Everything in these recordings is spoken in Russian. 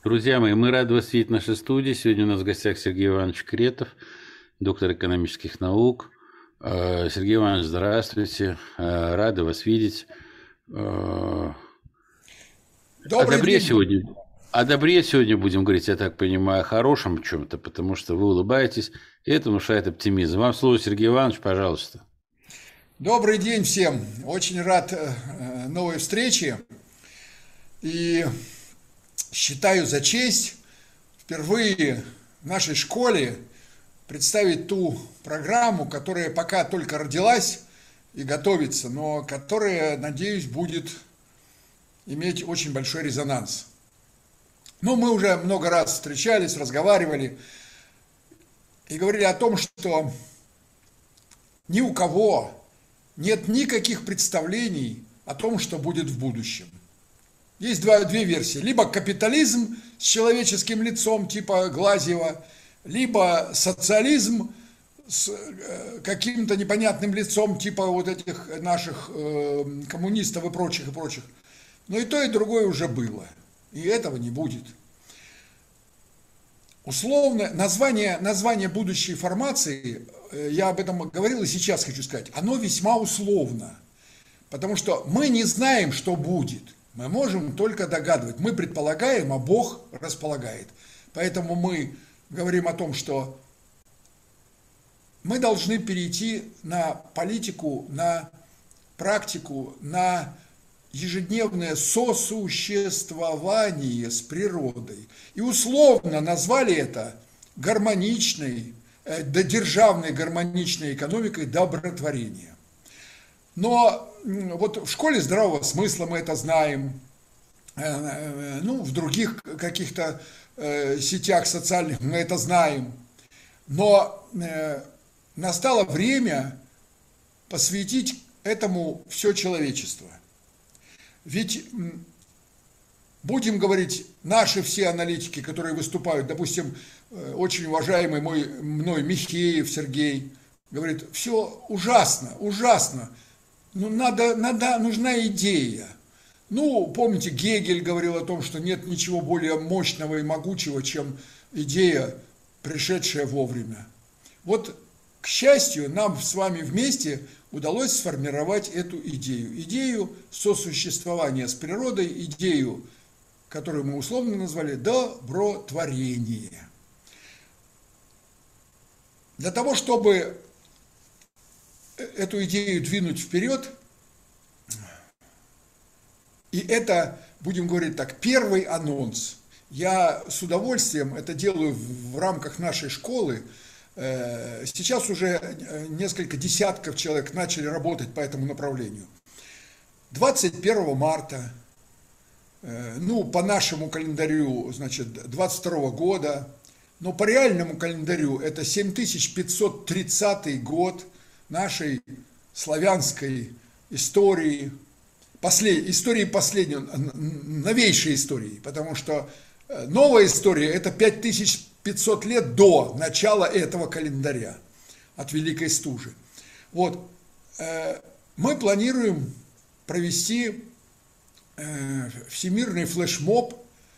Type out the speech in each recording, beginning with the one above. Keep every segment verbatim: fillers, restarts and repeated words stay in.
Друзья мои, мы рады вас видеть в нашей студии. Сегодня у нас в гостях Сергей Иванович Кретов, доктор экономических наук. Э, Сергей Иванович, здравствуйте. Э, Рады вас видеть. Э, О Добрый добре день. сегодня, о добре сегодня будем говорить, я так понимаю, о хорошем чем-то, потому что вы улыбаетесь, и это внушает оптимизм. Вам слово, Сергей Иванович, пожалуйста. Добрый день всем. Очень рад э, новой встрече. И считаю за честь впервые в нашей школе представить ту программу, которая пока только родилась и готовится, но которая, надеюсь, будет иметь очень большой резонанс. Но мы уже много раз встречались, разговаривали и говорили о том, что ни у кого нет никаких представлений о том, что будет в будущем. Есть два, две версии. Либо капитализм с человеческим лицом типа Глазьева, либо социализм с каким-то непонятным лицом типа вот этих наших э, коммунистов и прочих, и прочих. Но и то, и другое уже было. И этого не будет. Условно, название, название будущей формации, я об этом говорил и сейчас хочу сказать, оно весьма условно. Потому что мы не знаем, что будет. Мы можем только догадывать. Мы предполагаем, а Бог располагает. Поэтому мы говорим о том, что мы должны перейти на политику, на практику, на ежедневное сосуществование с природой. И условно назвали это гармоничной, э, державной гармоничной экономикой добротворения. Но вот в школе здравого смысла мы это знаем, ну, в других каких-то сетях социальных мы это знаем. Но настало время посвятить этому все человечество. Ведь, будем говорить, наши все аналитики, которые выступают, допустим, очень уважаемый мой, мной Михеев Сергей, говорит, все ужасно, ужасно. Ну, надо, надо, нужна идея. Ну, помните, Гегель говорил о том, что нет ничего более мощного и могучего, чем идея, пришедшая вовремя. Вот, к счастью, нам с вами вместе удалось сформировать эту идею. Идею сосуществования с природой, идею, которую мы условно назвали добротворение. Для того, чтобы эту идею двинуть вперед, и это, будем говорить так, первый анонс. Я с удовольствием это делаю в рамках нашей школы. Сейчас уже несколько десятков человек начали работать по этому направлению. двадцать первого марта, ну, по нашему календарю, значит, двадцать второго года, но по реальному календарю это семь тысяч пятьсот тридцатый год, нашей славянской истории, послед, истории последней, новейшей истории, потому что новая история – это пять тысяч пятьсот лет до начала этого календаря, от Великой Стужи. Вот, мы планируем провести всемирный флешмоб,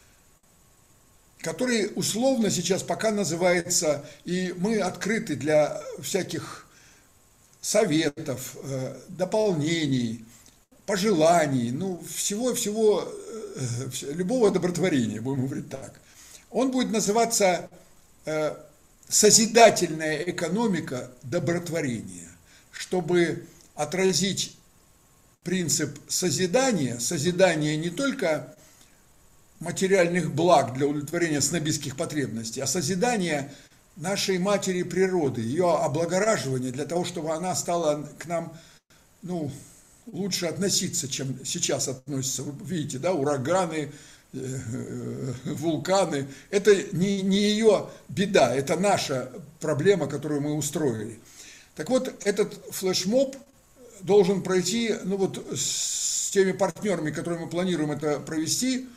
который условно сейчас пока называется, и мы открыты для всяких советов, дополнений, пожеланий, ну, всего-всего, любого добротворения, будем говорить так. Он будет называться «Созидательная экономика добротворения», чтобы отразить принцип созидания, созидания не только материальных благ для удовлетворения снобистских потребностей, а созидания нашей матери природы, ее облагораживание для того, чтобы она стала к нам, ну, лучше относиться, чем сейчас относится. Вы видите, да, ураганы, вулканы. Это не, не ее беда, это наша проблема, которую мы устроили. Так вот, этот флешмоб должен пройти, ну вот, с теми партнерами, которые мы планируем это провести,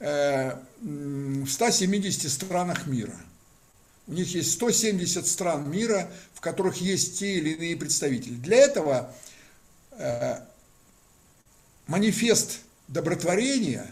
в ста семидесяти странах мира. У них есть сто семьдесят стран мира, в которых есть те или иные представители. Для этого манифест добротворения,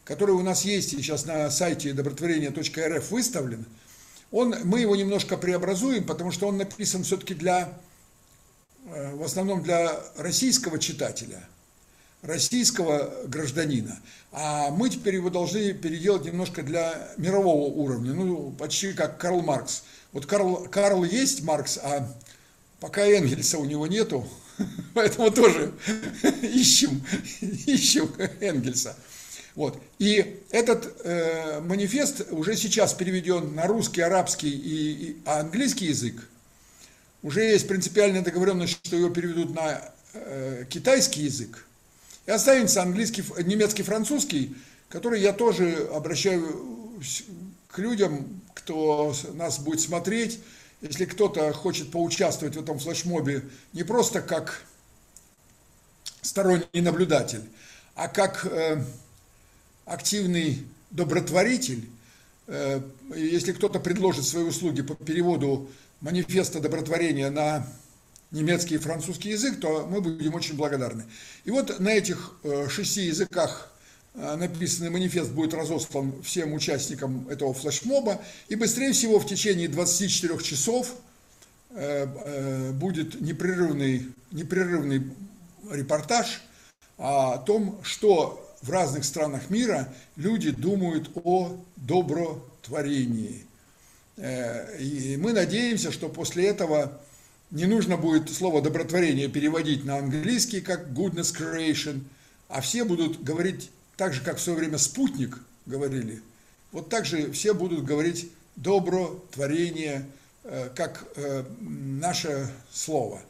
который у нас есть сейчас на сайте добротворение точка эр эф выставлен, он, мы его немножко преобразуем, потому что он написан все-таки для, в основном для российского читателя, российского гражданина. А мы теперь его должны переделать немножко для мирового уровня, ну, почти как Карл Маркс. Вот Карл, Карл есть Маркс, а пока Энгельса у него нету, поэтому тоже ищем, ищем Энгельса. Вот. И этот э, манифест уже сейчас переведен на русский, арабский и, и английский язык. Уже есть принципиальная договоренность, что его переведут на э, китайский язык. И останется английский, немецкий, французский, который я тоже обращаю к людям, кто нас будет смотреть. Если кто-то хочет поучаствовать в этом флешмобе не просто как сторонний наблюдатель, а как э, активный добротворитель, э, если кто-то предложит свои услуги по переводу манифеста добротворения на немецкий и французский язык, то мы будем очень благодарны. И вот на этих э, шести языках э, написанный манифест будет разослан всем участникам этого флешмоба, и быстрее всего в течение двадцати четырёх часов э, э, будет непрерывный, непрерывный репортаж о том, что в разных странах мира люди думают о добротворении. И мы надеемся, что после этого не нужно будет слово добротворение переводить на английский, как goodness creation, а все будут говорить так же, как в свое время спутник говорили. Вот так же все будут говорить добротворение, как наше слово.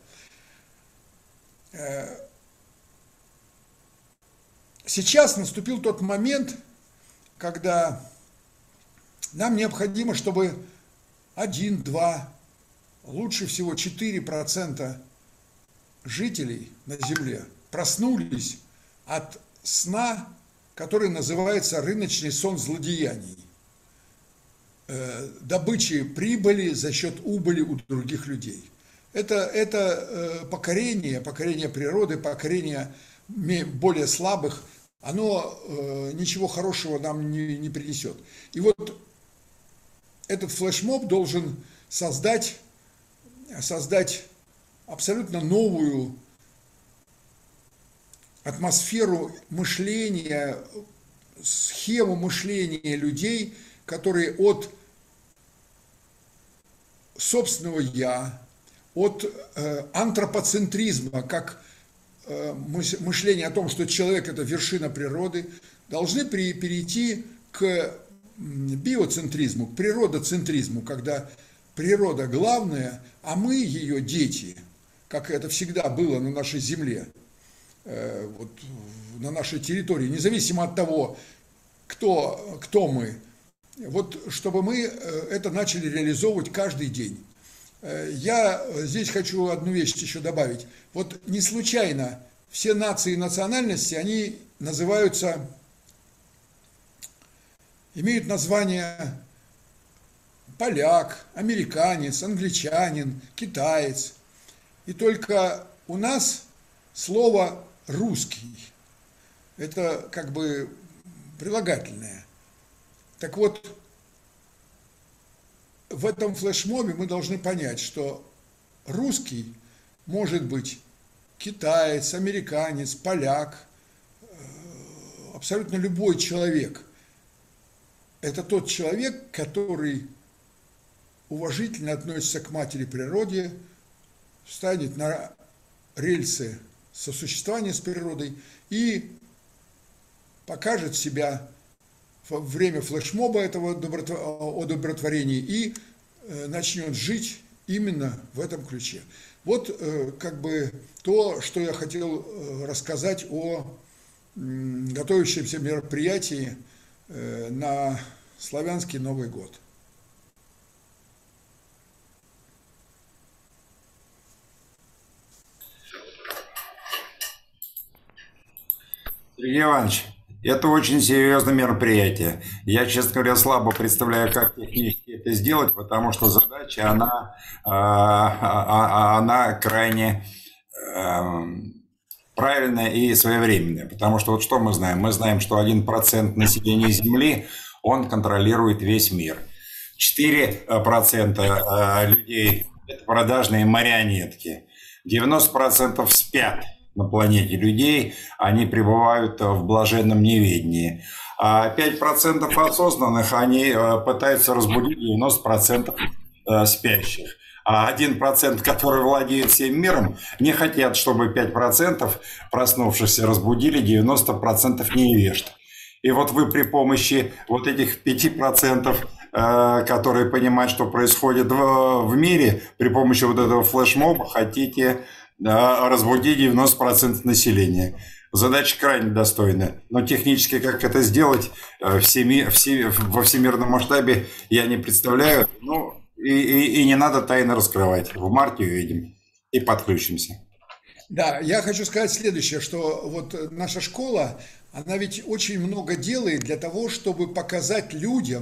Сейчас наступил тот момент, когда нам необходимо, чтобы один, два, лучше всего четыре процента жителей на Земле проснулись от сна, который называется рыночный сон злодеяний, добычи прибыли за счет убыли у других людей. Это, это покорение, покорение природы, покорение более слабых, оно э, ничего хорошего нам не, не принесет. И вот этот флешмоб должен создать, создать абсолютно новую атмосферу мышления, схему мышления людей, которые от собственного «я», от э, антропоцентризма, как мышление о том, что человек – это вершина природы, должны перейти к биоцентризму, к природоцентризму, когда природа главная, а мы ее дети, как это всегда было на нашей земле, вот, на нашей территории, независимо от того, кто, кто мы, вот чтобы мы это начали реализовывать каждый день. Я здесь хочу одну вещь еще добавить. Вот не случайно все нации и национальности, они называются, имеют название поляк, американец, англичанин, китаец. И только у нас слово русский. Это как бы прилагательное. Так вот, в этом флешмобе мы должны понять, что русский может быть китаец, американец, поляк, абсолютно любой человек. Это тот человек, который уважительно относится к матери природе, встанет на рельсы сосуществования с природой и покажет себя во время флешмоба этого о добротворении и начнет жить именно в этом ключе. Вот как бы то, что я хотел рассказать о готовящемся мероприятии на славянский Новый год. Сергей Иванович, это очень серьезное мероприятие. Я, честно говоря, слабо представляю, как технически это сделать, потому что задача, она, она крайне правильное и своевременное. Потому что вот что мы знаем? Мы знаем, что один процент населения Земли, он контролирует весь мир. четыре процента людей – это продажные марионетки. девяносто процентов спят на планете людей, они пребывают в блаженном неведении. А пять процентов осознанных, они пытаются разбудить девяносто процентов спящих. А один процент, который владеет всем миром, не хотят, чтобы пять процентов проснувшихся разбудили девяносто процентов невежд. И вот вы при помощи вот этих пяти процентов, которые понимают, что происходит в мире, при помощи вот этого флешмоба хотите разбудить девяносто процентов населения. Задача крайне достойная, но технически как это сделать всеми, все, во всемирном масштабе я не представляю. Ну, и, и, и не надо тайно раскрывать. В марте увидим и подключимся. Да, я хочу сказать следующее, что вот наша школа, она ведь очень много делает для того, чтобы показать людям,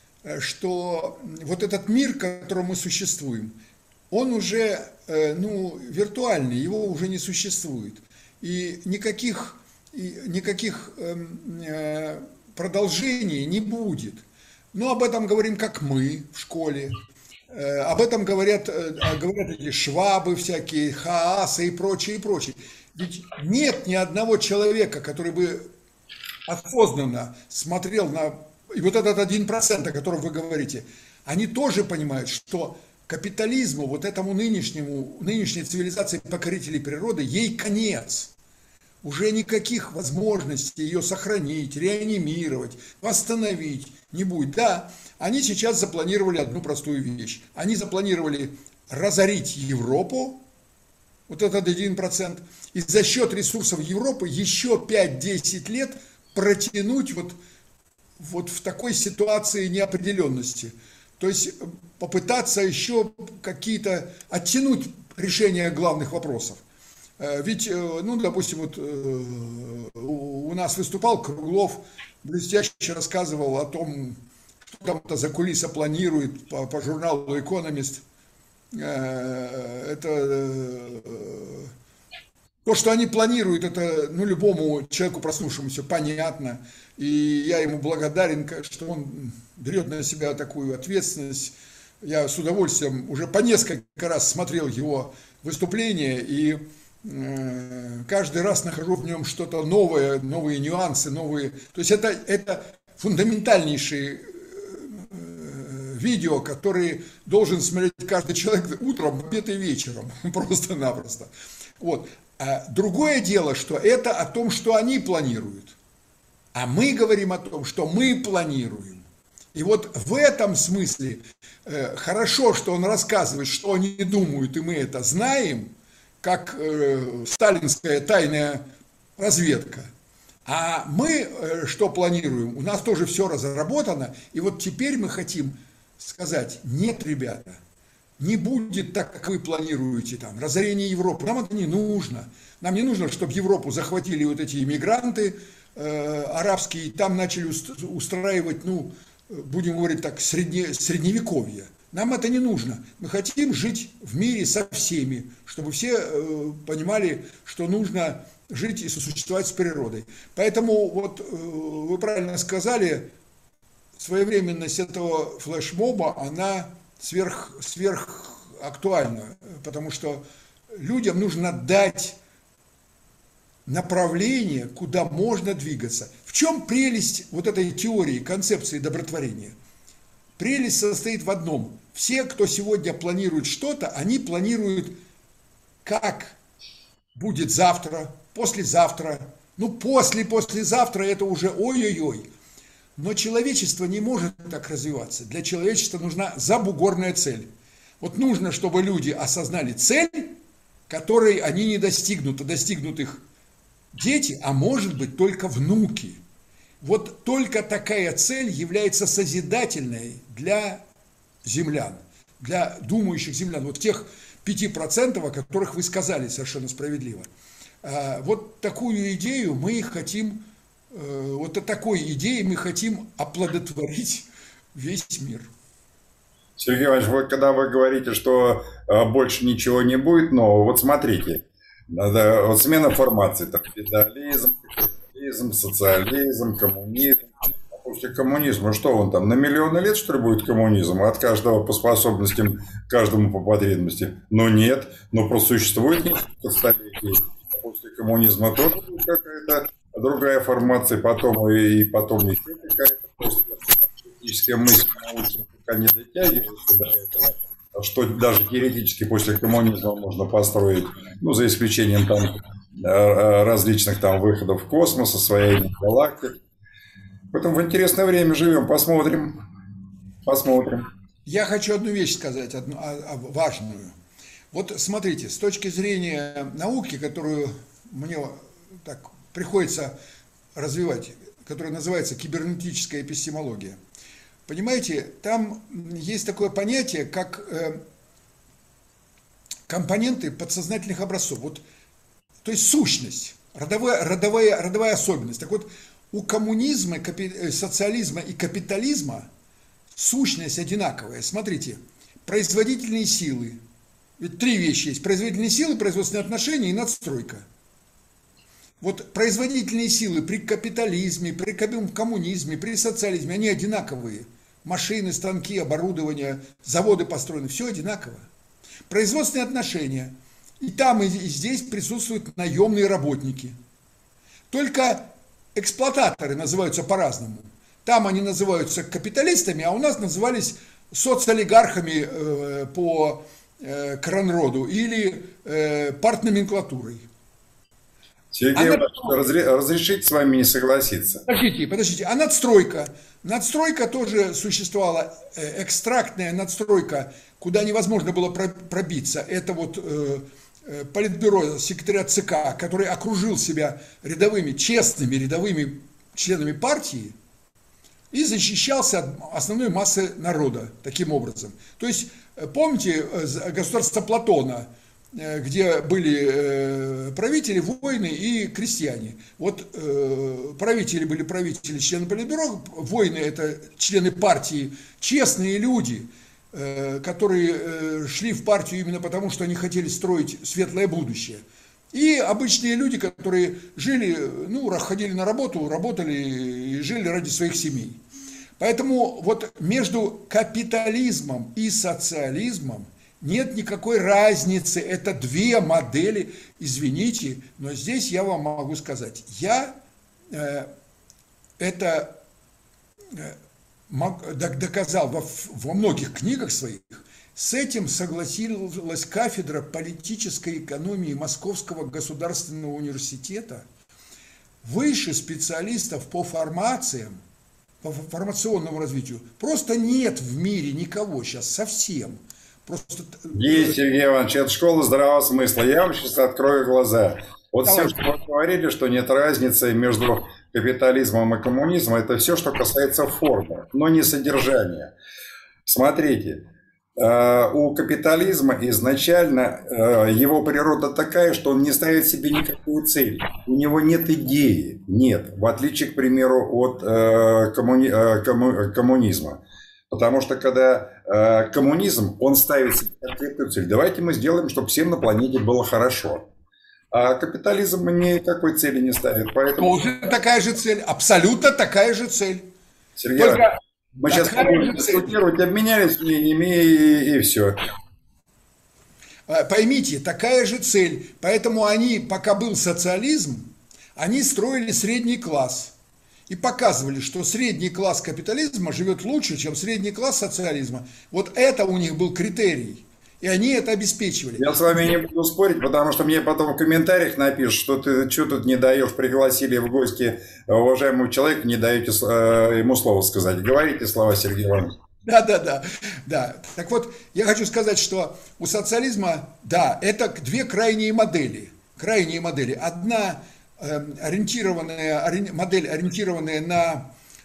что вот этот мир, в котором мы существуем, он уже, ну, виртуальный, его уже не существует. И никаких, и никаких э, продолжений не будет. Но об этом говорим как мы в школе. Э, об этом говорят, э, говорят эти швабы всякие, хаасы и прочее, и прочее. Ведь нет ни одного человека, который бы осознанно смотрел на... И вот этот один процент, о котором вы говорите, они тоже понимают, что капитализму, вот этому нынешнему, нынешней цивилизации покорителей природы, ей конец. Уже никаких возможностей ее сохранить, реанимировать, восстановить не будет. Да, они сейчас запланировали одну простую вещь. Они запланировали разорить Европу, вот этот один процент, и за счет ресурсов Европы еще пять-десять лет протянуть вот, вот в такой ситуации неопределенности. То есть попытаться еще какие-то оттянуть решение главных вопросов. Ведь, ну, допустим, вот у нас выступал Круглов, блестяще рассказывал о том, что там-то за кулиса планирует по, по журналу «Экономист». Это то, что они планируют, это, ну, любому человеку, проснувшемуся, понятно. И я ему благодарен, что он берет на себя такую ответственность. Я с удовольствием уже по несколько раз смотрел его выступления и каждый раз нахожу в нем что-то новое, новые нюансы, новые. То есть это, это фундаментальнейшие видео, которые должен смотреть каждый человек утром, в обед и вечером, просто-напросто. Вот. А другое дело, что это о том, что они планируют. А мы говорим о том, что мы планируем. И вот в этом смысле э, хорошо, что он рассказывает, что они думают, и мы это знаем, как э, сталинская тайная разведка. А мы э, что планируем? У нас тоже все разработано. И вот теперь мы хотим сказать: нет, ребята, не будет так, как вы планируете, там, разорение Европы. Нам это не нужно. Нам не нужно, чтобы Европу захватили вот эти иммигранты э, арабские, и там начали устраивать, ну, будем говорить так, средне, средневековье. Нам это не нужно. Мы хотим жить в мире со всеми, чтобы все э, понимали, что нужно жить и сосуществовать с природой. Поэтому, вот э, вы правильно сказали, своевременность этого флешмоба, она сверх, сверх актуальна, потому что людям нужно дать направление, куда можно двигаться. В чем прелесть вот этой теории, концепции добротворения? Прелесть состоит в одном. Все, кто сегодня планирует что-то, они планируют, как будет завтра, послезавтра. Ну, после-послезавтра это уже ой-ой-ой. Но человечество не может так развиваться. Для человечества нужна забугорная цель. Вот нужно, чтобы люди осознали цель, которой они не достигнут, а достигнут их дети, а может быть только внуки. Вот только такая цель является созидательной для землян, для думающих землян, вот тех пяти процентов, о которых вы сказали совершенно справедливо. Вот такую идею мы хотим, вот такой идеей мы хотим оплодотворить весь мир. Сергей Иванович, вот когда вы говорите, что больше ничего не будет нового, вот смотрите, Надо, вот смена формации, там, феодализм, капитализм, социализм, коммунизм. А после коммунизма что он там, на миллионы лет, что ли, будет коммунизм? От каждого по способностям, каждому по потребности? Ну нет, но просто существует несколько столетий. После коммунизма тоже будет какая-то другая формация, потом и потом еще какая-то, просто теоретическая мысль научная пока не дотягивается до этого. Что даже теоретически после коммунизма можно построить, ну, за исключением там различных там выходов в космос, освоения галактик. Поэтому в интересное время живем, посмотрим, посмотрим. Я хочу одну вещь сказать, одну, важную. Вот смотрите, с точки зрения науки, которую мне так приходится развивать, которая называется кибернетическая эпистемология, понимаете, там есть такое понятие, как э, компоненты подсознательных образцов. Вот, то есть сущность, родовая, родовая, родовая особенность. Так вот, у коммунизма, капи, социализма и капитализма сущность одинаковая. Смотрите, производительные силы. Ведь три вещи есть. Производительные силы, производственные отношения и надстройка. Вот производительные силы при капитализме, при коммунизме, при социализме, они одинаковые. Машины, станки, оборудование, заводы построены, все одинаково. Производственные отношения. И там, и здесь присутствуют наемные работники. Только эксплуататоры называются по-разному. Там они называются капиталистами, а у нас назывались соцолигархами э, по э, Кронроду или э, партноменклатурой. Сергей, а разре, разрешите с вами не согласиться? Подождите, подождите. А надстройка? Надстройка тоже существовала, экстрактная надстройка, куда невозможно было пробиться. Это вот э, политбюро, секретариат ЦК, который окружил себя рядовыми, честными рядовыми членами партии и защищался от основной массы народа таким образом. То есть, помните государство Платона, где были правители, воины и крестьяне. Вот правители были правители, члены политбюро, воины – это члены партии, честные люди, которые шли в партию именно потому, что они хотели строить светлое будущее. И обычные люди, которые жили, ну, ходили на работу, работали и жили ради своих семей. Поэтому вот между капитализмом и социализмом нет никакой разницы, это две модели, извините, но здесь я вам могу сказать, я э, это э, доказал во, во многих книгах своих, с этим согласилась кафедра политической экономии Московского государственного университета, выше специалистов по формациям, по формационному развитию, просто нет в мире никого сейчас совсем. Просто... Есть, Сергей Иванович, это школа здравого смысла. Я вам сейчас открою глаза. Вот Давай. Все, что вы говорили, что нет разницы между капитализмом и коммунизмом, это все, что касается формы, но не содержания. Смотрите, у капитализма изначально его природа такая, что он не ставит себе никакую цель. У него нет идеи, нет, в отличие, к примеру, от коммуни... коммунизма. Потому что когда э, коммунизм, он ставит себе конкретную цель. Давайте мы сделаем, чтобы всем на планете было хорошо. А капитализм никакой цели не ставит. Поэтому... Тоже такая же цель, абсолютно такая же цель. Сергей, Только мы сейчас будем дискутировать, обменялись мнениями и, и все. Поймите, такая же цель. Поэтому они, пока был социализм, они строили средний класс. И показывали, что средний класс капитализма живет лучше, чем средний класс социализма. Вот это у них был критерий. И они это обеспечивали. Я с вами не буду спорить, потому что мне потом в комментариях напишут, что ты что тут не даешь, пригласили в гости уважаемого человека, не даете ему слово сказать. Говорите слова, Сергей Иванович. Да, да, да, да. Так вот, я хочу сказать, что у социализма, да, это две крайние модели. Крайние модели. Одна... ориентированная, модель, ориентированная на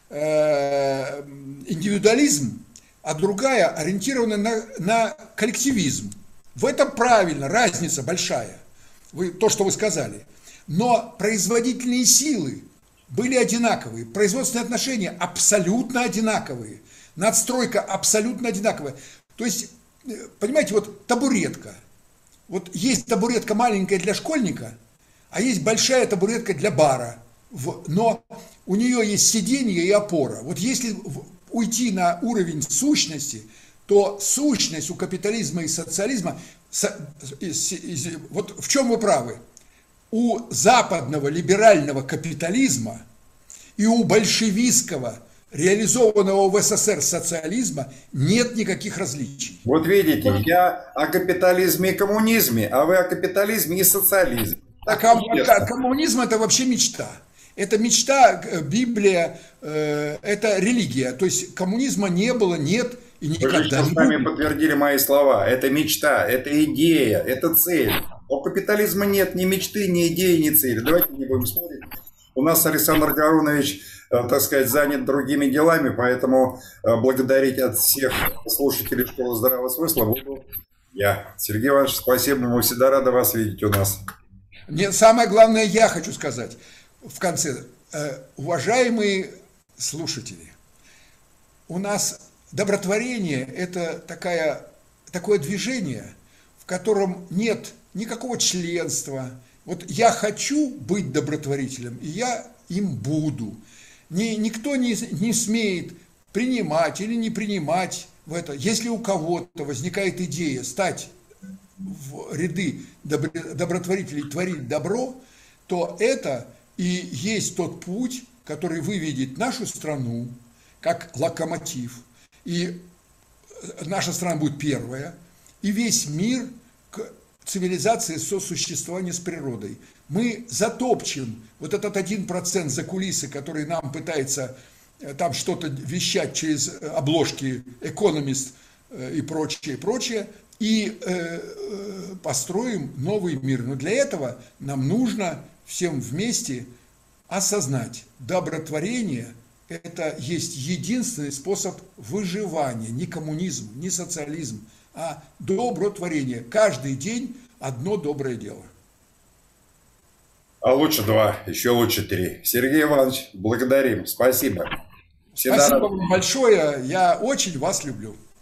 э, индивидуализм, а другая ориентированная на, на коллективизм. В этом правильно, разница большая, вы, то, что вы сказали. Но производительные силы были одинаковые, производственные отношения абсолютно одинаковые, надстройка абсолютно одинаковая. То есть, понимаете, вот табуретка. Вот есть табуретка маленькая для школьника, а есть большая табуретка для бара. Но у нее есть сиденье и опора. Вот если уйти на уровень сущности, то сущность у капитализма и социализма, вот в чем вы правы, у западного либерального капитализма и у большевистского, реализованного в СССР социализма нет никаких различий. Вот видите, я о капитализме и коммунизме, а вы о капитализме и социализме. А ком, коммунизм это вообще мечта. Это мечта, Библия, э, это религия. То есть коммунизма не было, нет и никогда не будет. Вы сами подтвердили мои слова. Это мечта, это идея, это цель. У капитализма нет ни мечты, ни идеи, ни цели. Давайте не будем спорить. У нас Александр Гарунович, так сказать, занят другими делами, поэтому благодарить от всех слушателей Школы Здравого Смысла буду я. Сергей Иванович, спасибо, мы всегда рады вас видеть у нас. Нет, самое главное, я хочу сказать в конце. Уважаемые слушатели, у нас добротворение – это такая, такое движение, в котором нет никакого членства. Вот я хочу быть добротворителем, и я им буду. Ни, никто не, не смеет принимать или не принимать в это. Если у кого-то возникает идея стать в ряды добротворителей, творить добро, то это и есть тот путь, который выведет нашу страну как локомотив. И наша страна будет первая, и весь мир к цивилизации сосуществования с природой. Мы затопчем вот этот один процент за кулисы, который нам пытается там что-то вещать через обложки «Экономист» и прочее, прочее, и э, построим новый мир. Но для этого нам нужно всем вместе осознать, добротворение – это есть единственный способ выживания, не коммунизм, не социализм, а добротворение. Каждый день одно доброе дело. А лучше два, еще лучше три. Сергей Иванович, благодарим. Спасибо. Всегда Спасибо рад. Вам большое. Я очень вас люблю.